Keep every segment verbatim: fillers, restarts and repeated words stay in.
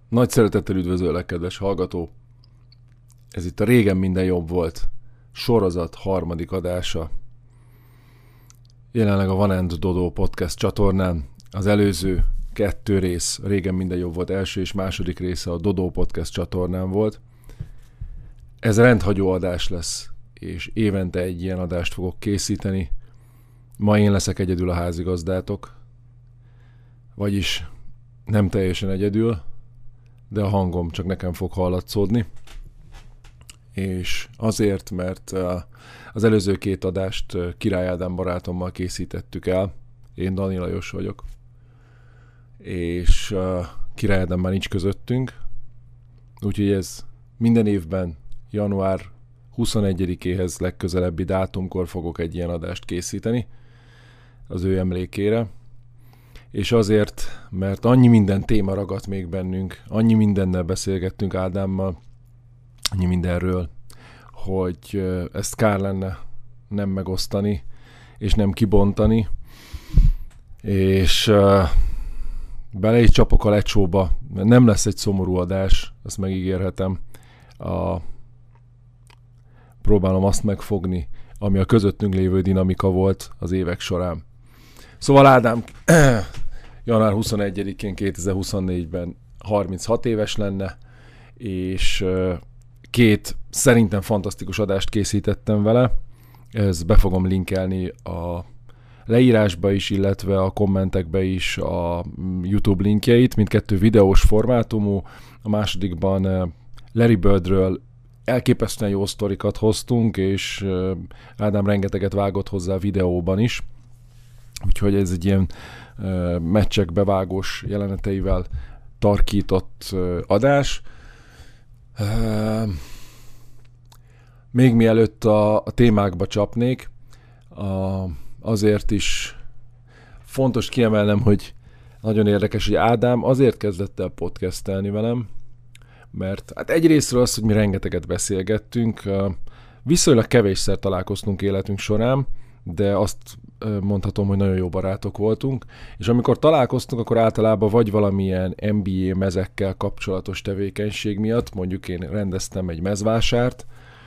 Nagy szeretettel üdvözöllek, kedves hallgató! Ez itt a Régen minden jobb volt sorozat harmadik adása. Jelenleg a Van and Dodo podcast csatornán. Az előző kettő rész, a Régen minden jobb volt első és második része a Dodo podcast csatornán volt. Ez rendhagyó adás lesz, és évente egy ilyen adást fogok készíteni. Ma én leszek egyedül a házigazdátok, vagyis nem teljesen egyedül, de a hangom csak nekem fog hallatszódni. És azért, mert az előző két adást Király Ádám barátommal készítettük el. Én Dani Lajos vagyok. És Király Ádám már nincs közöttünk. Úgyhogy ez minden évben január huszonegyedikéhez legközelebbi dátumkor fogok egy ilyen adást készíteni az ő emlékére. És azért, mert annyi minden téma ragadt még bennünk, annyi mindennel beszélgettünk Ádámmal, annyi mindenről, hogy ezt kár lenne nem megosztani, és nem kibontani, és uh, bele is csapok a lecsóba, nem lesz egy szomorú adás, ezt megígérhetem. A... Próbálom azt megfogni, ami a közöttünk lévő dinamika volt az évek során. Szóval Ádám január huszonegyedikén kétezer-huszonnégyben harminchat éves lenne, és két szerintem fantasztikus adást készítettem vele. Ezt be fogom linkelni a leírásba is, illetve a kommentekbe is a YouTube linkjeit, mindkettő videós formátumú. A másodikban Larry Birdről elképesztően jó sztorikat hoztunk, és Ádám rengeteget vágott hozzá a videóban is. Úgyhogy ez egy ilyen uh, meccsek bevágós jeleneteivel tarkított uh, adás. Uh, még mielőtt a, a témákba csapnék, a, azért is fontos kiemelnem, hogy nagyon érdekes, hogy Ádám azért kezdett el podcastelni velem, mert hát egyrésztről az, hogy mi rengeteget beszélgettünk, uh, viszonylag kevésszer találkoztunk életünk során, de azt mondhatom, hogy nagyon jó barátok voltunk, és amikor találkoztunk, akkor általában vagy valamilyen en bé á mezekkel kapcsolatos tevékenység miatt, mondjuk én rendeztem egy mezvásárt,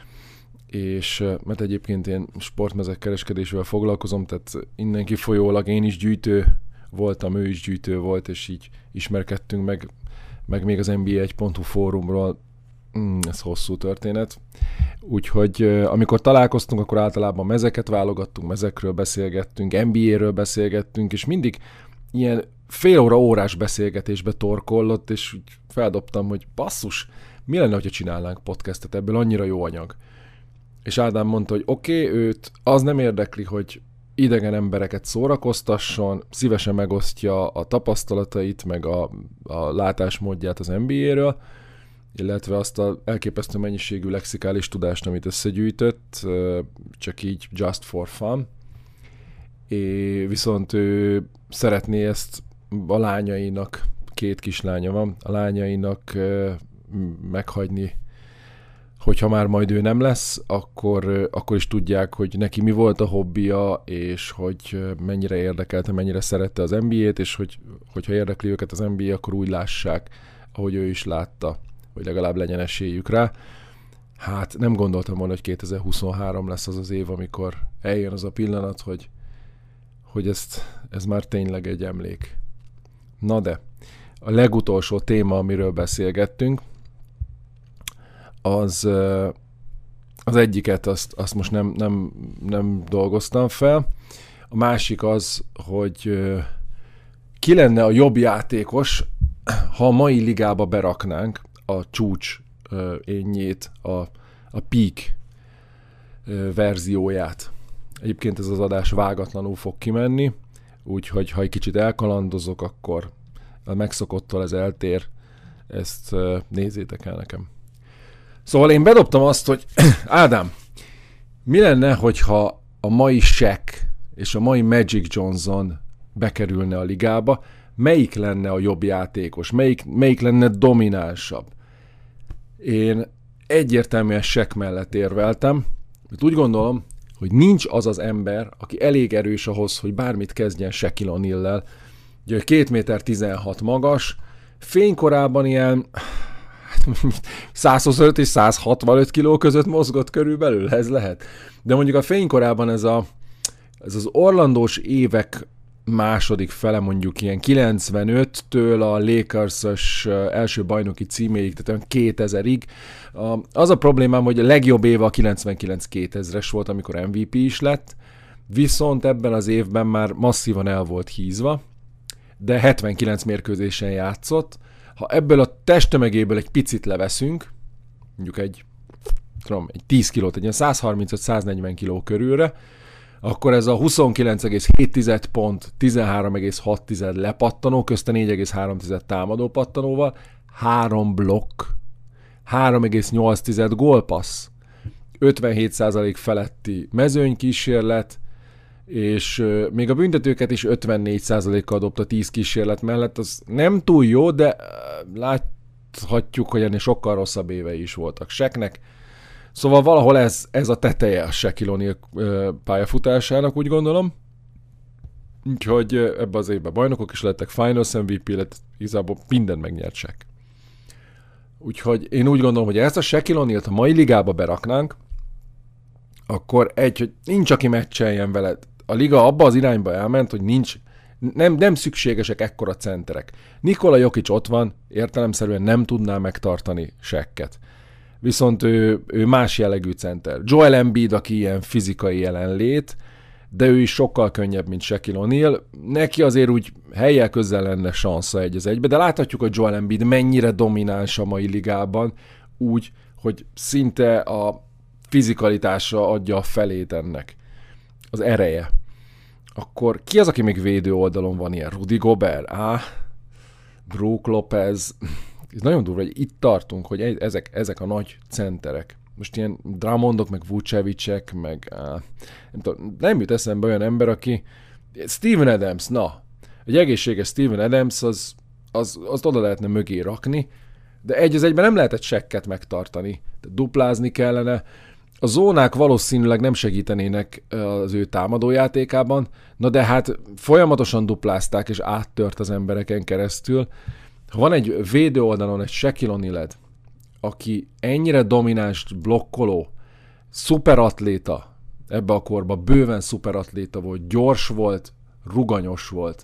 és mert egyébként én sportmezek kereskedésével foglalkozom, tehát innen kifolyólag én is gyűjtő voltam, ő is gyűjtő volt, és így ismerkedtünk meg, meg még az en bé á egy pont hu fórumról. Mm, ez hosszú történet. Úgyhogy amikor találkoztunk, akkor általában mezeket válogattunk, mezekről beszélgettünk, en bé á-ről beszélgettünk, és mindig ilyen fél óra órás beszélgetésbe torkollott, és feldobtam, hogy basszus, mi lenne, hogyha csinálnánk podcastet, ebből annyira jó anyag. És Ádám mondta, hogy oké, okay, őt az nem érdekli, hogy idegen embereket szórakoztasson, szívesen megosztja a tapasztalatait, meg a, a látásmódját az en bé á-ről, illetve azt az elképesztő mennyiségű lexikális tudást, amit összegyűjtött, csak így just for fun. É, viszont ő szeretné ezt a lányainak, két kislánya van, a lányainak meghagyni, hogyha már majd ő nem lesz, akkor, akkor is tudják, hogy neki mi volt a hobbija, és hogy mennyire érdekelte, mennyire szerette az en bé á-t, és hogy, hogyha érdekli őket az en bé á, akkor úgy lássák, ahogy ő is látta, hogy legalább legyen esélyük rá. Hát nem gondoltam volna, hogy kétezer-huszonhárom lesz az az év, amikor eljön az a pillanat, hogy, hogy ezt, ez már tényleg egy emlék. Na de, a legutolsó téma, amiről beszélgettünk, az, az egyiket, azt, azt most nem, nem, nem dolgoztam fel. A másik az, hogy ki lenne a jobb játékos, ha a mai ligába beraknánk a csúcs uh, énjét, a, a peak uh, verzióját. Egyébként ez az adás vágatlanul fog kimenni, úgyhogy ha egy kicsit elkalandozok, akkor a megszokottól ez eltér, ezt uh, nézzétek el nekem. Szóval én bedobtam azt, hogy Ádám, mi lenne, hogyha a mai Shaq és a mai Magic Johnson bekerülne a ligába, melyik lenne a jobb játékos, melyik, melyik lenne dominánsabb? Én egyértelműen Shaq mellett érveltem, mert úgy gondolom, hogy nincs az az ember, aki elég erős ahhoz, hogy bármit kezdjen Shaquille O'Neal-lel. Ugye két méter tizenhat magas, fénykorában ilyen száz huszonöt és száz hatvanöt kiló között mozgott körülbelül, ez lehet. De mondjuk a fénykorában ez, a, ez az orlandós évek második fele, mondjuk ilyen kilencvenöttől a Lakers-ös első bajnoki címéig, tehát olyan kétezerig. Az a problémám, hogy a legjobb éve a kilencvenkilenc kétezres volt, amikor em vé pé is lett, viszont ebben az évben már masszívan el volt hízva, de hetvenkilenc mérkőzésen játszott. Ha ebből a testtömegéből egy picit leveszünk, mondjuk egy, tudom, egy tíz kilót, egy ilyen száz harmincöt-száz negyven kiló körülre, akkor ez a huszonkilenc egész hét pont, tizenhárom egész hat lepattanó, közte négy egész három támadó pattanóval, három blokk, három egész nyolc gólpassz, ötvenhét százalék feletti mezőnykísérlet, és még a büntetőket is ötvennégy százalékkal dobta tíz kísérlet mellett, az nem túl jó, de láthatjuk, hogy ennél sokkal rosszabb évei is voltak Shaqnek. Szóval valahol ez, ez a teteje a Shaquille O'Neal pályafutásának, úgy gondolom. Úgyhogy ebbe az évben bajnokok is lettek, Finals em vé pé lett, igazából mindent megnyert Shaq. Úgyhogy én úgy gondolom, hogy ezt a Shaquille O'Nealt a mai ligába beraknánk, akkor egy, hogy nincs, aki meccseljen vele. A liga abba az irányba elment, hogy nincs, nem, nem szükségesek ekkora centerek. Nikola Jokic ott van, értelemszerűen nem tudná megtartani Shaqet. Viszont ő, ő más jellegű center. Joel Embiid, aki ilyen fizikai jelenlét, de ő is sokkal könnyebb, mint Shaquille O'Neal. Neki azért úgy helyjel közel lenne sansza egy az egybe, de láthatjuk, hogy Joel Embiid mennyire domináns a mai ligában, úgy, hogy szinte a fizikalitása adja a felét ennek. Az ereje. Akkor ki az, aki még védő oldalon van ilyen? Rudy Gobert? Á, Brook Lopez. Ez nagyon durva, hogy itt tartunk, hogy ezek, ezek a nagy centerek. Most ilyen Drummondok, meg Vucevicek, meg á, nem tudom, nem jut eszembe olyan ember, aki Steven Adams, na, egy egészséges Steven Adams, az, az, azt oda lehetne mögé rakni, de egy az egyben nem lehetett Shaqet megtartani. Duplázni kellene. A zónák valószínűleg nem segítenének az ő támadójátékában, na de hát folyamatosan duplázták, és áttört az embereken keresztül. Ha van egy védő oldalon egy Shaquille O'Neal, aki ennyire domináns blokkoló, szuperatléta, ebbe a korban bőven szuperatléta volt, gyors volt, ruganyos volt.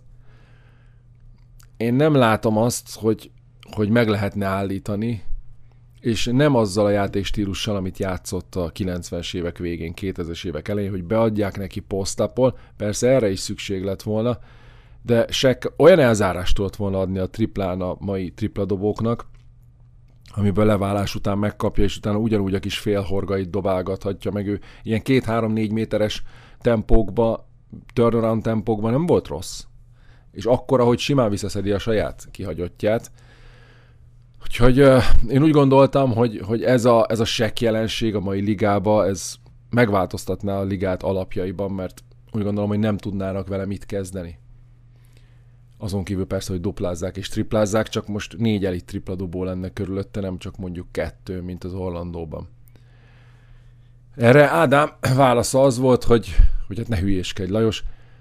Én nem látom azt, hogy, hogy meg lehetne állítani, és nem azzal a játékstílussal, amit játszott a kilencvenes évek végén, kétezres évek elején, hogy beadják neki post-upol, persze erre is szükség lett volna, de Shaq olyan elzárást tudott volna adni a triplán a mai tripladobóknak, amiből leválás után megkapja, és utána ugyanúgy a kis félhorgait dobálgathatja, meg ő ilyen két-három-négy méteres tempókba, turnaround tempókban nem volt rossz. És akkor, ahogy simán visszaszedi a saját kihagyottját. Úgyhogy uh, én úgy gondoltam, hogy, hogy ez a, ez a Shaq jelenség a mai ligába, ez megváltoztatná a ligát alapjaiban, mert úgy gondolom, hogy nem tudnának vele mit kezdeni. Azon kívül persze, hogy duplázzák és triplázzák, csak most négy elit tripladobó lenne körülötte, nem csak mondjuk kettő, mint az Orlandóban. Erre Ádám válasza az volt, hogy, hogy hát ne hülyéskedj, Lajos,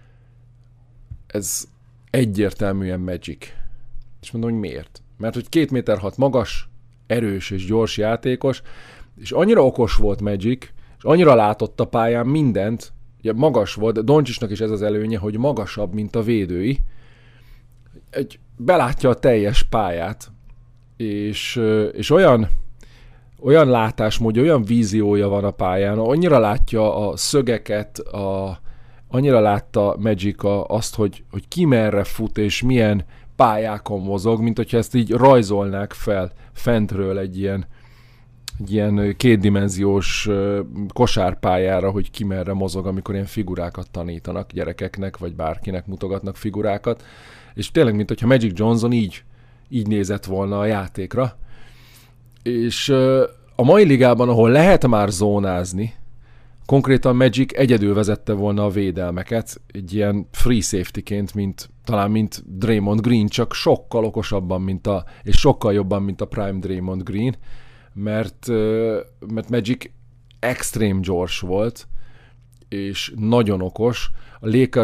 ez egyértelműen Magic. És mondom, hogy miért? Mert hogy két méter hat magas, erős és gyors játékos, és annyira okos volt Magic, és annyira látott a pályán mindent, ugye magas volt, de Doncsicsnak is ez az előnye, hogy magasabb, mint a védői, egy, belátja a teljes pályát, és, és olyan, olyan látásmódja, olyan víziója van a pályán, annyira látja a szögeket, a, annyira látta Magic a, azt, hogy, hogy ki merre fut, és milyen pályákon mozog, mint hogyha ezt így rajzolnák fel fentről egy ilyen, egy ilyen kétdimenziós kosárpályára, hogy ki merre mozog, amikor ilyen figurákat tanítanak gyerekeknek, vagy bárkinek mutogatnak figurákat. És tényleg, mint hogyha Magic Johnson így, így nézett volna a játékra. És a mai ligában, ahol lehet már zónázni, konkrétan Magic egyedül vezette volna a védelmeket, egy ilyen free safety-ként, mint, talán mint Draymond Green, csak sokkal okosabban, mint a, és sokkal jobban, mint a prime Draymond Green, mert, mert Magic extrém gyors volt, és nagyon okos. A Lakers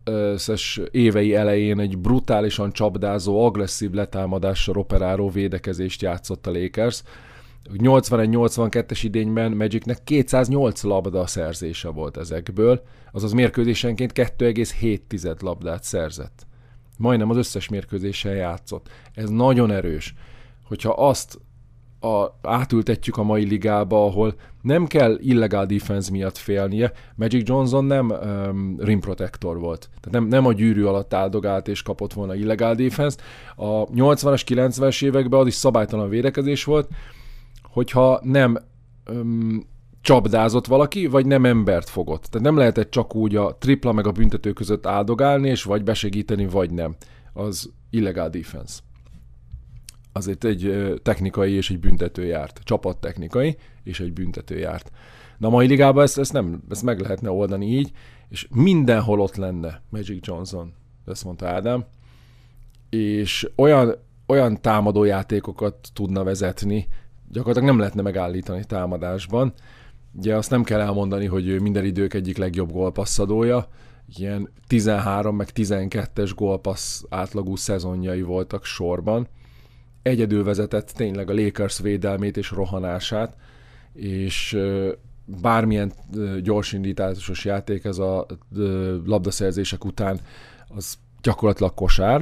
kétezer-nyolcas évei elején egy brutálisan csapdázó, agresszív letámadással operáló védekezést játszott a Lakers. nyolcvanegy nyolcvankettes idényben Magicnek kétszáznyolc labda szerzése volt ezekből, azaz mérkőzésenként kettő egész hét labdát szerzett. Majdnem az összes mérkőzésen játszott. Ez nagyon erős. Hogyha azt a, átültetjük a mai ligába, ahol nem kell illegál defense miatt félnie, Magic Johnson nem um, rim protector volt. Tehát nem, nem a gyűrű alatt áldogált és kapott volna illegál defense. A nyolcvanas, kilencvenes években az is szabálytalan védekezés volt, hogyha nem um, csapdázott valaki, vagy nem embert fogott. Tehát nem lehetett csak úgy a tripla meg a büntető között áldogálni, és vagy besegíteni, vagy nem. Az illegál defense. Azért egy technikai és egy büntető járt. Csapattechnikai és egy büntető járt. De a mai ligában ezt, ezt, nem, ezt meg lehetne oldani így, és mindenhol ott lenne Magic Johnson, ezt mondta Ádám, és olyan, olyan támadójátékokat tudna vezetni, gyakorlatilag nem lehetne megállítani támadásban. Ugye azt nem kell elmondani, hogy ő minden idők egyik legjobb gólpasszadója, ilyen tizenhárom meg tizenkettes gólpassz átlagú szezonjai voltak sorban. Egyedül vezetett tényleg a Lakers védelmét és rohanását, és bármilyen gyorsindításos játék ez a labdaszerzések után, az gyakorlatilag kosár.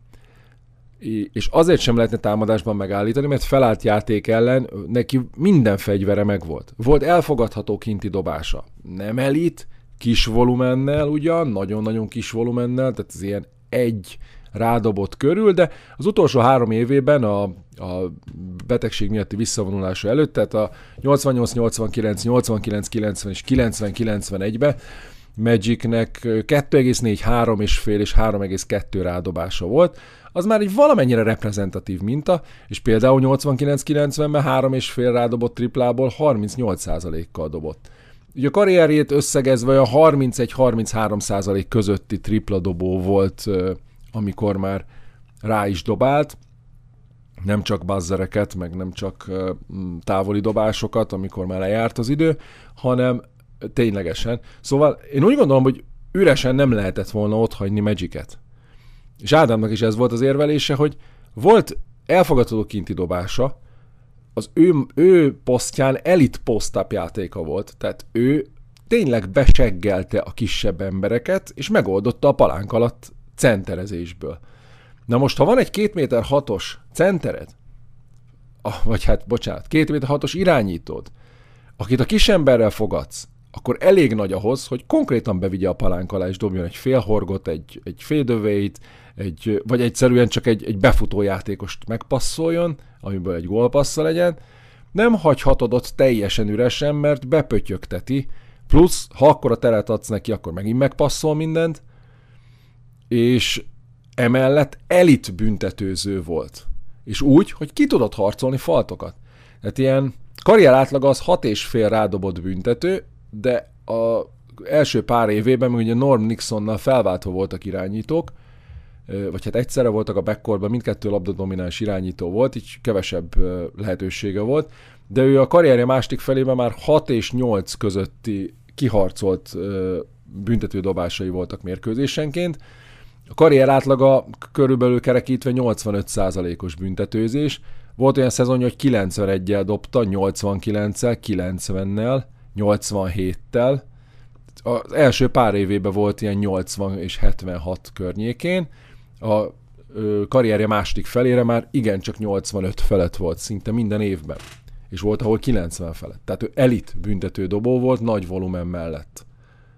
És azért sem lehetne támadásban megállítani, mert felállt játék ellen neki minden fegyvere megvolt. Volt elfogadható kinti dobása. Nem elit, kis volumennel ugyan, nagyon-nagyon kis volumennel, tehát ez ilyen egy rádobott körül, de az utolsó három évében a, a betegség miatti visszavonulása előtt, tehát a nyolcvannyolc nyolcvankilenc, nyolcvankilenc kilencven és kilencven kilencvenegyben Magicnek kettő egész négy, három egész öt és három egész kettő rádobása volt, az már egy valamennyire reprezentatív minta, és például nyolcvankilenc kilencvenben három egész öt rádobott triplából harmincnyolc százalékkal dobott. Ugye a karrierjét összegezve a harmincegy-harminchárom százalék közötti tripladobó volt, amikor már rá is dobált, nem csak buzzereket, meg nem csak távoli dobásokat, amikor már lejárt az idő, hanem ténylegesen. Szóval én úgy gondolom, hogy üresen nem lehetett volna otthagyni Magicet. És Ádámnak is ez volt az érvelése, hogy volt elfogadható kinti dobása, az ő, ő posztján elit post-up játéka volt, tehát ő tényleg beseggelte a kisebb embereket, és megoldotta a palánk alatt centerezésből. Na most, ha van egy két méter hatos centered, vagy hát, bocsánat, két méter hatos irányítód, akit a kisemberrel fogadsz, akkor elég nagy ahhoz, hogy konkrétan bevigye a palánk alá, és dobjon egy félhorgot, egy, egy fadeaway-t, egy, vagy egyszerűen csak egy, egy befutó játékost megpasszoljon, amiből egy gólpassza legyen. Nem hagyhatod ott teljesen üresen, mert bepötyögteti, plusz, ha akkor a teret adsz neki, akkor megint megpasszol mindent, és emellett elit büntetőző volt. És úgy, hogy ki tudott harcolni faltokat. Tehát ilyen karrier átlag az hat és fél rádobott büntető, de az első pár évében, ugye Norm Nixonnal felváltva voltak irányítók, vagy hát egyszerre voltak a backcourtban, mindkettő labdadomináns irányító volt, így kevesebb lehetősége volt, de ő a karrierje második felében már hat és nyolc közötti kiharcolt büntető dobásai voltak mérkőzésenként. A karrier átlaga körülbelül kerekítve nyolcvanöt százalékos büntetőzés. Volt olyan szezonja, hogy kilencveneggyel dobta, nyolcvankilenccel, kilencvennel, nyolcvanhéttel. Az első pár évében volt ilyen nyolcvan és hetvenhat környékén. A karrierje második felére már igencsak nyolcvanöt felett volt szinte minden évben. És volt, ahol kilencven felett. Tehát ő elit büntető dobó volt, nagy volumen mellett.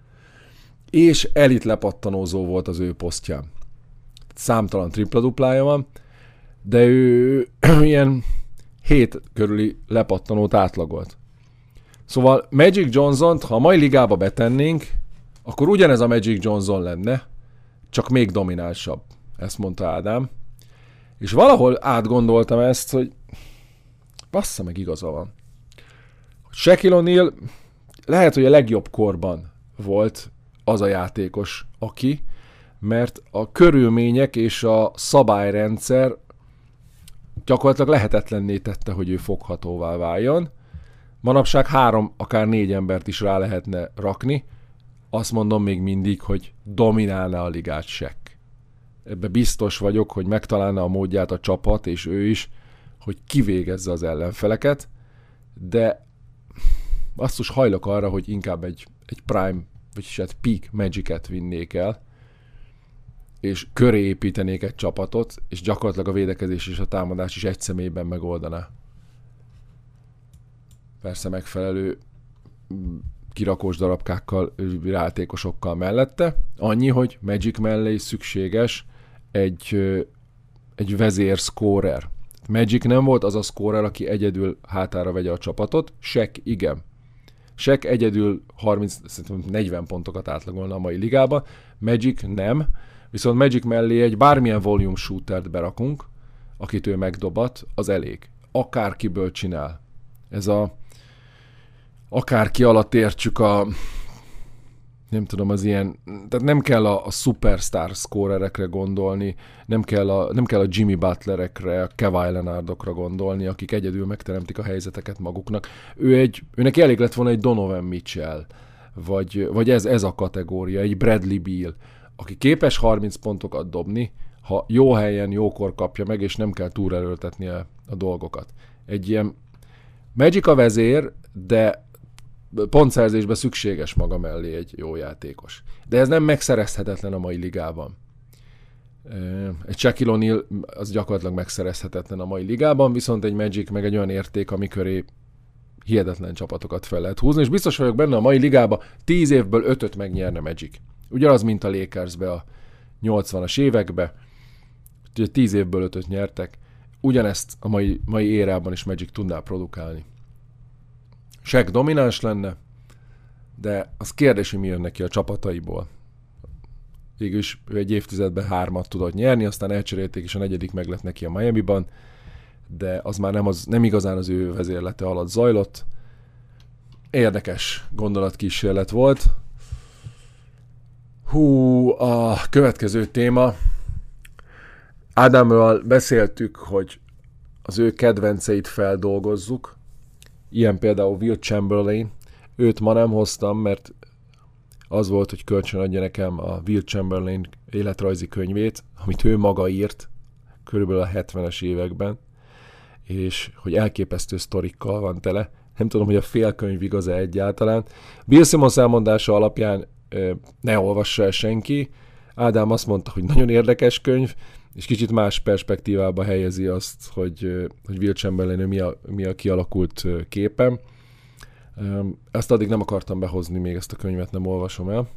És elit lepattanózó volt az ő posztján. Számtalan tripla-duplája van, de ő ilyen hét körüli lepattanót átlagolt. Szóval Magic Johnson-t, ha a mai ligába betennénk, akkor ugyanez a Magic Johnson lenne, csak még dominánsabb. Ezt mondta Ádám. És valahol átgondoltam ezt, hogy bassza meg, igaza van. Shaquille O'Neal lehet, hogy a legjobb korban volt az a játékos, aki, mert a körülmények és a szabályrendszer gyakorlatilag lehetetlenné tette, hogy ő foghatóvá váljon. Manapság három, akár négy embert is rá lehetne rakni, azt mondom még mindig, hogy dominálna a ligát Shaq. Ebbe biztos vagyok, hogy megtalálna a módját a csapat, és ő is, hogy kivégezze az ellenfeleket, de azt is hajlok arra, hogy inkább egy, egy prime, vagyis egy peak Magic-et vinnék el, és köré építenék egy csapatot, és gyakorlatilag a védekezés és a támadás is egy személyben megoldaná. Persze megfelelő kirakós darabkákkal, játékosokkal mellette. Annyi, hogy Magic mellé szükséges egy, egy vezér scorer. Magic nem volt az a scorer, aki egyedül hátára vegye a csapatot, Shaq igen. Shaq egyedül harminc negyven pontokat átlagolna a mai ligában, Magic nem, viszont Magic mellé egy bármilyen volume shootert berakunk, akit ő megdobat, az elég. Akárkiből csinál. Ez a akárki alatt értsük a nem tudom, az ilyen, tehát nem kell a, a superstar scorerekre gondolni, nem kell a, nem kell a Jimmy Butlerekre, a Kawhi Leonardokra gondolni, akik egyedül megteremtik a helyzeteket maguknak. Ő egy, őnek elég lett volna egy Donovan Mitchell, vagy, vagy ez, ez a kategória, egy Bradley Beal, aki képes harminc pontokat dobni, ha jó helyen, jókor kapja meg, és nem kell túlerőltetni a, a dolgokat. Egy ilyen Magic a vezér, de pontszerzésben szükséges maga mellé egy jó játékos. De ez nem megszerezhetetlen a mai ligában. Egy Shaquille O'Neal az gyakorlatilag megszerezhetetlen a mai ligában, viszont egy Magic meg egy olyan érték, amiköré hihetetlen csapatokat fel lehet húzni, és biztos vagyok benne, a mai ligában tíz évből ötöt megnyerne Magic. Ugyanaz, mint a Lakersbe a nyolcvanas évekbe, ugye tíz évből ötöt nyertek, ugyanezt a mai, mai érában is Magic tudná produkálni. Shaq domináns lenne, de az kérdés, hogy mi jön neki a csapataiból. Végülis ő egy évtizedben hármat tudott nyerni, aztán elcserélték, és a negyedik meg lett neki a Miamiban, de az már nem, az, nem igazán az ő vezérlete alatt zajlott. Érdekes gondolatkísérlet volt. Hú, a következő téma. Ádámról beszéltük, hogy az ő kedvenceit feldolgozzuk. Ilyen például Will Chamberlain. Őt ma nem hoztam, mert az volt, hogy kölcsön adja nekem a Will Chamberlain életrajzi könyvét, amit ő maga írt, körülbelül a hetvenes években, és hogy elképesztő sztorikkal van tele. Nem tudom, hogy a félkönyv igaz-e egyáltalán. Bill Simmons elmondása alapján ne olvassa el senki. Ádám azt mondta, hogy nagyon érdekes könyv, és kicsit más perspektívába helyezi azt, hogy, hogy Will Chamberlain mi a, mi a kialakult képem. Ezt addig nem akartam behozni, még ezt a könyvet nem olvasom el.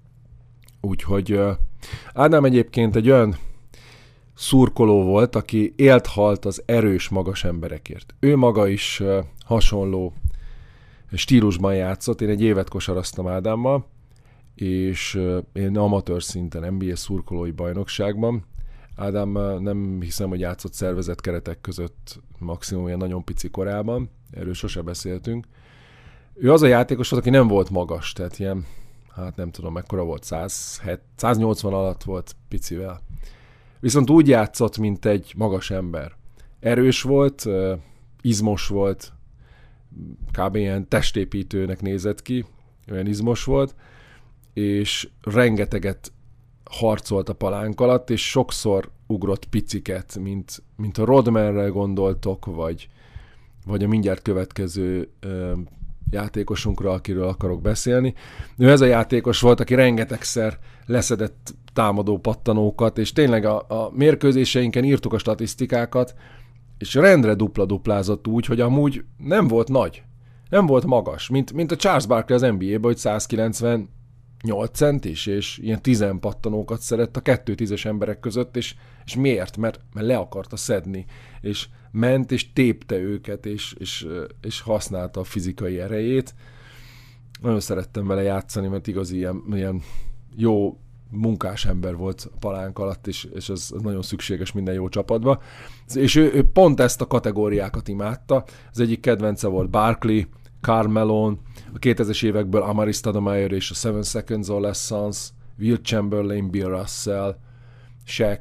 Úgyhogy Ádám egyébként egy olyan szurkoló volt, aki élt-halt az erős, magas emberekért. Ő maga is hasonló stílusban játszott. Én egy évet kosaraztam Ádámmal, és én amatőr szinten en bé á szurkolói bajnokságban. Ádám nem hiszem, hogy játszott szervezett keretek között maximum ilyen nagyon pici korában. Erről sose beszéltünk. Ő az a játékos volt, aki nem volt magas, tehát ilyen, hát nem tudom, mekkora volt, száz, száznyolcvan alatt volt picivel. Viszont úgy játszott, mint egy magas ember. Erős volt, izmos volt, kb. Ilyen testépítőnek nézett ki, olyan izmos volt, és rengeteget harcolt a palánk alatt, és sokszor ugrott piciket, mint, mint a Rodmanre gondoltok, vagy, vagy a mindjárt következő ö, játékosunkra, akiről akarok beszélni. Ő ez a játékos volt, aki rengetegszer leszedett támadó pattanókat, és tényleg a, a mérkőzéseinken írtuk a statisztikákat, és rendre dupla-duplázott úgy, hogy amúgy nem volt nagy, nem volt magas, mint, mint a Charles Barkley az en bé á-ben, hogy száz kilencvennyolc centis, és ilyen tizen pattanókat szedett a kettő tízes emberek között, és, és miért? Mert, mert le akarta szedni, és ment, és tépte őket, és, és, és használta a fizikai erejét. Nagyon szerettem vele játszani, mert igazi ilyen, ilyen jó munkás ember volt a palánk alatt, és, és ez nagyon szükséges minden jó csapatba. És ő, ő pont ezt a kategóriákat imádta. Az egyik kedvence volt Barkley, Karl Malone, a kétezres évekből Amar'e Stoudemire és a Seven Seconds of Less Sons, Will Chamberlain, Bill Russell, Shaq,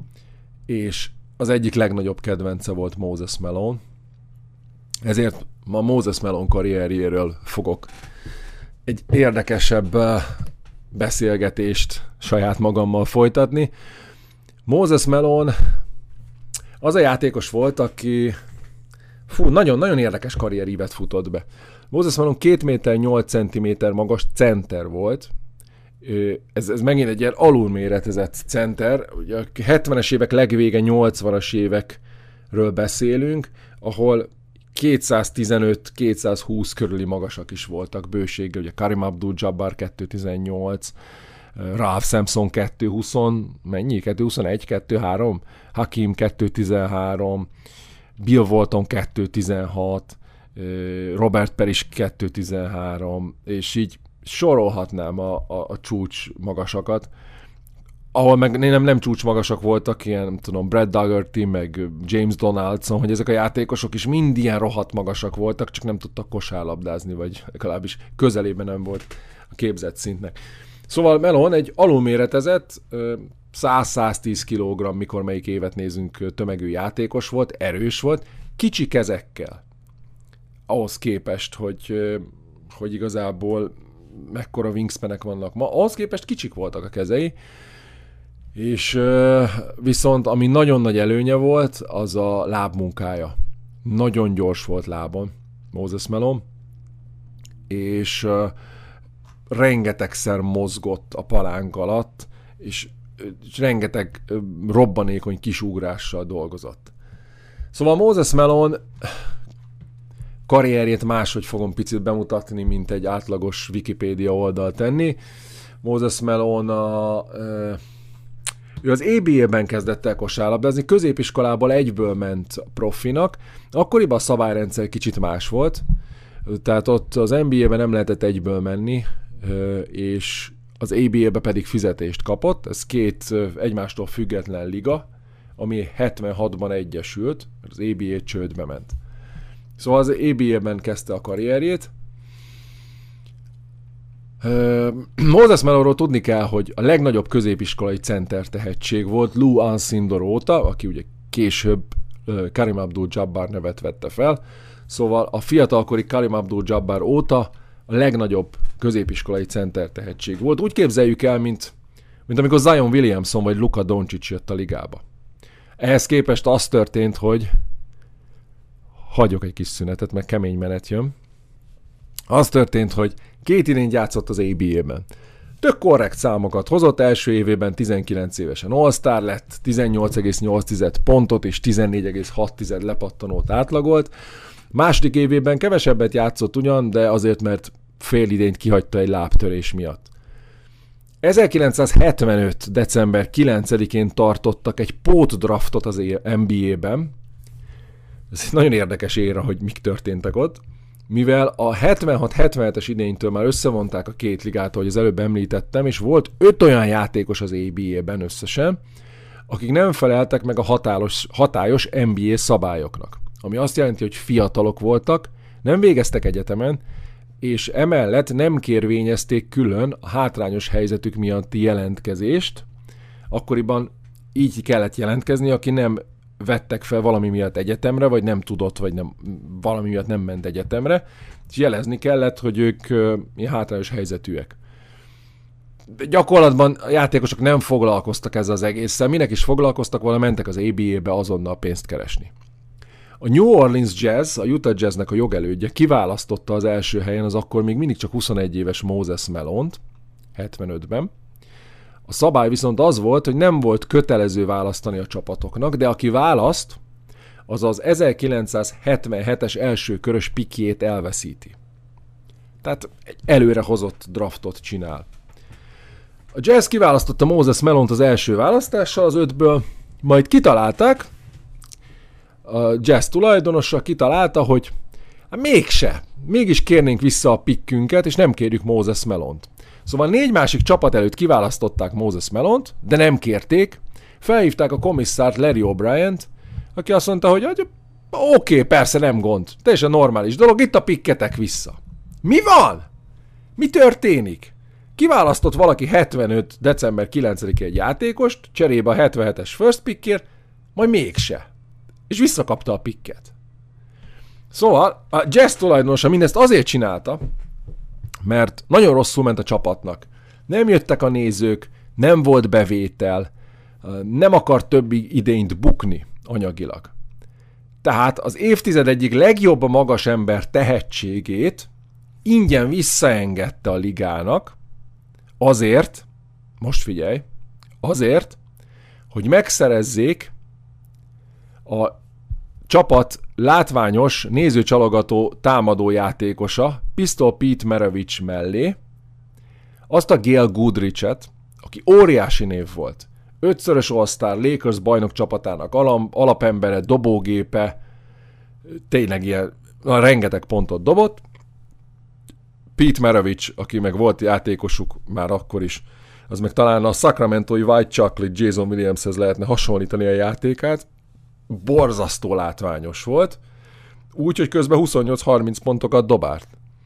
és az egyik legnagyobb kedvence volt Moses Malone. Ezért ma Moses Malone karrierjéről fogok egy érdekesebb beszélgetést saját magammal folytatni. Moses Malone az a játékos volt, aki fú, nagyon-nagyon érdekes karrierívet futott be. Moses Malone két méter nyolc centiméter magas center volt. Ez, ez megint egy ilyen alulméretezett center. Ugye a hetvenes évek legvége, nyolcvanas évekről beszélünk, ahol kétszáztizenöt kétszázhúsz körüli magasak is voltak bőséggel. Ugye Kareem Abdul-Jabbar kettő tizennyolc, Ralph Sampson kettő húsz, mennyi? kettő huszonegy, kettő három, Hakeem kettő tizenhárom, Bill Walton kettő tizenhat, Robert Perry is kettő tizenhárom, és így sorolhatnám a, a, a csúcs magasakat, ahol meg nem, nem csúcs magasak voltak, ilyen, nem tudom, Brad Daugherty, meg James Donaldson, hogy ezek a játékosok is mind ilyen rohadt magasak voltak, csak nem tudtak kosárlabdázni, vagy legalábbis közelében nem volt a képzett szintnek. Szóval Malone egy alulméretezett, száz-száztíz kilogramm, mikor melyik évet nézünk, tömegű játékos volt, erős volt, kicsi kezekkel. Ahhoz képest, hogy, hogy igazából mekkora wingspanek vannak ma, ahhoz képest kicsik voltak a kezei, és viszont ami nagyon nagy előnye volt, az a lábmunkája. Nagyon gyors volt lábon Moses Malone, és rengetegszer mozgott a palánk alatt, és, és rengeteg robbanékony kisugrással dolgozott. Szóval Moses Malone karrierjét máshogy fogom picit bemutatni, mint egy átlagos Wikipédia oldal tenni. Moses Malone a, ő az á bé á-ben kezdett el kosárlabdázni, középiskolából egyből ment profinak, akkoriban a szabályrendszer kicsit más volt, tehát ott az en bé á-ben nem lehetett egyből menni, és az á bé á-be pedig fizetést kapott. Ez két egymástól független liga, ami hetvenhatban egyesült, mert az á bé á csődbe ment. Szóval az á bé á-ben kezdte a karrierjét. Moses Malone-ról tudni kell, hogy a legnagyobb középiskolai center tehetség volt Lou Alcindor óta, aki ugye később Kareem Abdul-Jabbar nevet vette fel. Szóval a fiatalkori Kareem Abdul-Jabbar óta a legnagyobb középiskolai center tehetség volt. Úgy képzeljük el, mint, mint amikor Zion Williamson vagy Luka Doncic jött a ligába. Ehhez képest az történt, hogy hagyok egy kis szünetet, meg kemény menet jön. Az történt, hogy két irényt játszott az á bé á-ben. Tök korrekt számokat hozott, első évében tizenkilenc évesen All-Star lett, tizennyolc egész nyolc pontot és tizennégy egész hat lepattanót átlagolt. Második évében kevesebbet játszott ugyan, de azért, mert fél idényt kihagyta egy lábtörés miatt. ezerkilencszázhetvenöt december kilencedikén tartottak egy pótdraftot az en bé á-ben. Ez egy nagyon érdekes éra, hogy mik történtek ott. Mivel a hetvenhat hetvenhetes idénytől már összevonták a két ligát, ahogy az előbb említettem, és volt öt olyan játékos az á bé á-ben összesen, akik nem feleltek meg a hatályos, hatályos en bé á szabályoknak. Ami azt jelenti, hogy fiatalok voltak, nem végeztek egyetemen, és emellett nem kérvényezték külön a hátrányos helyzetük miatti jelentkezést. Akkoriban így kellett jelentkezni, aki nem vettek fel valami miatt egyetemre, vagy nem tudott, vagy nem, valami miatt nem ment egyetemre, és jelezni kellett, hogy ők uh, hátrányos helyzetűek. De gyakorlatban a játékosok nem foglalkoztak ezzel az egésszel, minek is foglalkoztak volna, mentek az á bé á-be azonnal pénzt keresni. A New Orleans Jazz, a Utah Jazznek a jogelődje kiválasztotta az első helyen az akkor még mindig csak huszonegy éves Moses Malone-t, hetvenötben. A szabály viszont az volt, hogy nem volt kötelező választani a csapatoknak, de aki választ, az az ezerkilencszázhetvenhetes első körös pikjét elveszíti. Tehát egy előrehozott draftot csinál. A Jazz kiválasztotta Moses Malone-t az első választással az ötből, majd kitalálták, a Jazz tulajdonosa kitalálta, hogy hát mégse, mégis kérnénk vissza a pikkünket, és nem kérjük Moses Malone-t. Szóval négy másik csapat előtt kiválasztották Moses Malone-t, de nem kérték, felhívták a komisszárt, Larry O'Brien-t, aki azt mondta, hogy oké, okay, persze nem gond, teljesen normális dolog, itt a pikketek vissza. Mi van? Mi történik? Kiválasztott valaki hetvenöt december kilencedikén egy játékost, cserébe a hetvenhetes first pickért, majd mégse. És visszakapta a pikket. Szóval a Jazz tulajdonosa mindezt azért csinálta, mert nagyon rosszul ment a csapatnak. Nem jöttek a nézők, nem volt bevétel, nem akart több idényt bukni anyagilag. Tehát az évtized egyik legjobb magas ember tehetségét ingyen visszaengedte a ligának, azért, most figyelj, azért, hogy megszerezzék a csapat látványos, nézőcsalogató támadójátékosa Pistol Pete Maravich mellé azt a Gail Goodrich-et, aki óriási név volt. Ötszörös All-Star, Lakers bajnok csapatának alam, alapembere, dobógépe, tényleg ilyen, na, rengeteg pontot dobott. Pete Maravich, aki meg volt játékosuk már akkor is, az meg talán a Sacramento-i White Chocolate Jason Williamshez lehetne hasonlítani a játékát. Borzasztó látványos volt, úgyhogy közben huszonnyolc-harminc pontokat dobált.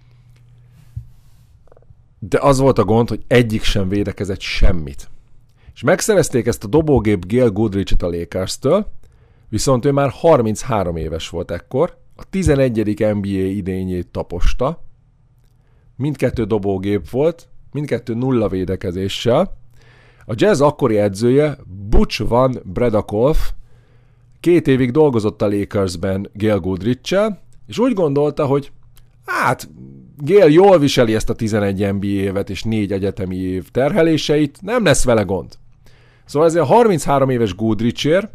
De az volt a gond, hogy egyik sem védekezett semmit. És megszerezték ezt a dobógép Gail Goodrich-et a Lakers-től, viszont ő már harminchárom éves volt ekkor, a tizenegyedik en bé á idényét taposta, mindkettő dobógép volt, mindkettő nulla védekezéssel. A Jazz akkori edzője Butch Van Bredakolf két évig dolgozott a Lakersben Gail Goodrich-sel, és úgy gondolta, hogy hát Gail jól viseli ezt a tizenegy en bé á évet és négy egyetemi év terheléseit, nem lesz vele gond. Szóval ezért a harminchárom éves Goodrichért,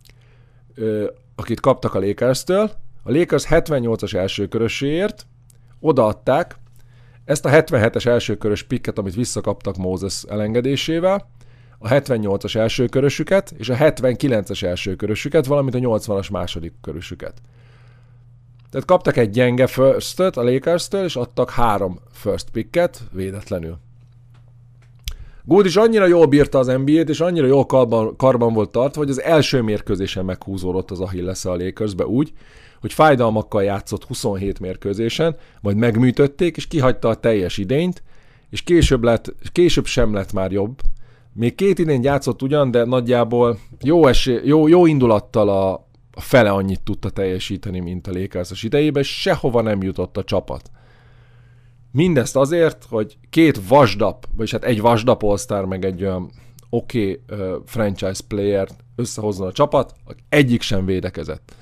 akit kaptak a Lakers-től, a Lakers hetvennyolcas elsőköröséért odaadták ezt a hetvenhetes elsőkörös picket, amit visszakaptak Moses elengedésével, a hetvennyolcas elsőkörösüket és a hetvenkilences elsőkörösüket, valamint a nyolcvanas második körösüket. Tehát kaptak egy gyenge firstöt a Lakers-től, és adtak három first picket védetlenül. Goodrich annyira jól bírta az en bé á-t, és annyira jól karban, karban volt tartva, hogy az első mérkőzésen meghúzódott az Achillesze a Lakersbe úgy, hogy fájdalmakkal játszott huszonhét mérkőzésen, majd megműtötték, és kihagyta a teljes idényt, és később, lett, később sem lett már jobb. Még két idényt játszott ugyan, de nagyjából jó, esély, jó, jó indulattal a, a fele annyit tudta teljesíteni, mint a Lakers-os idejében, és sehova nem jutott a csapat. Mindezt azért, hogy két vasdap, vagyis hát egy vasdap All-Star, meg egy olyan oké okay, uh, franchise player-t összehozzon a csapat, egyik sem védekezett.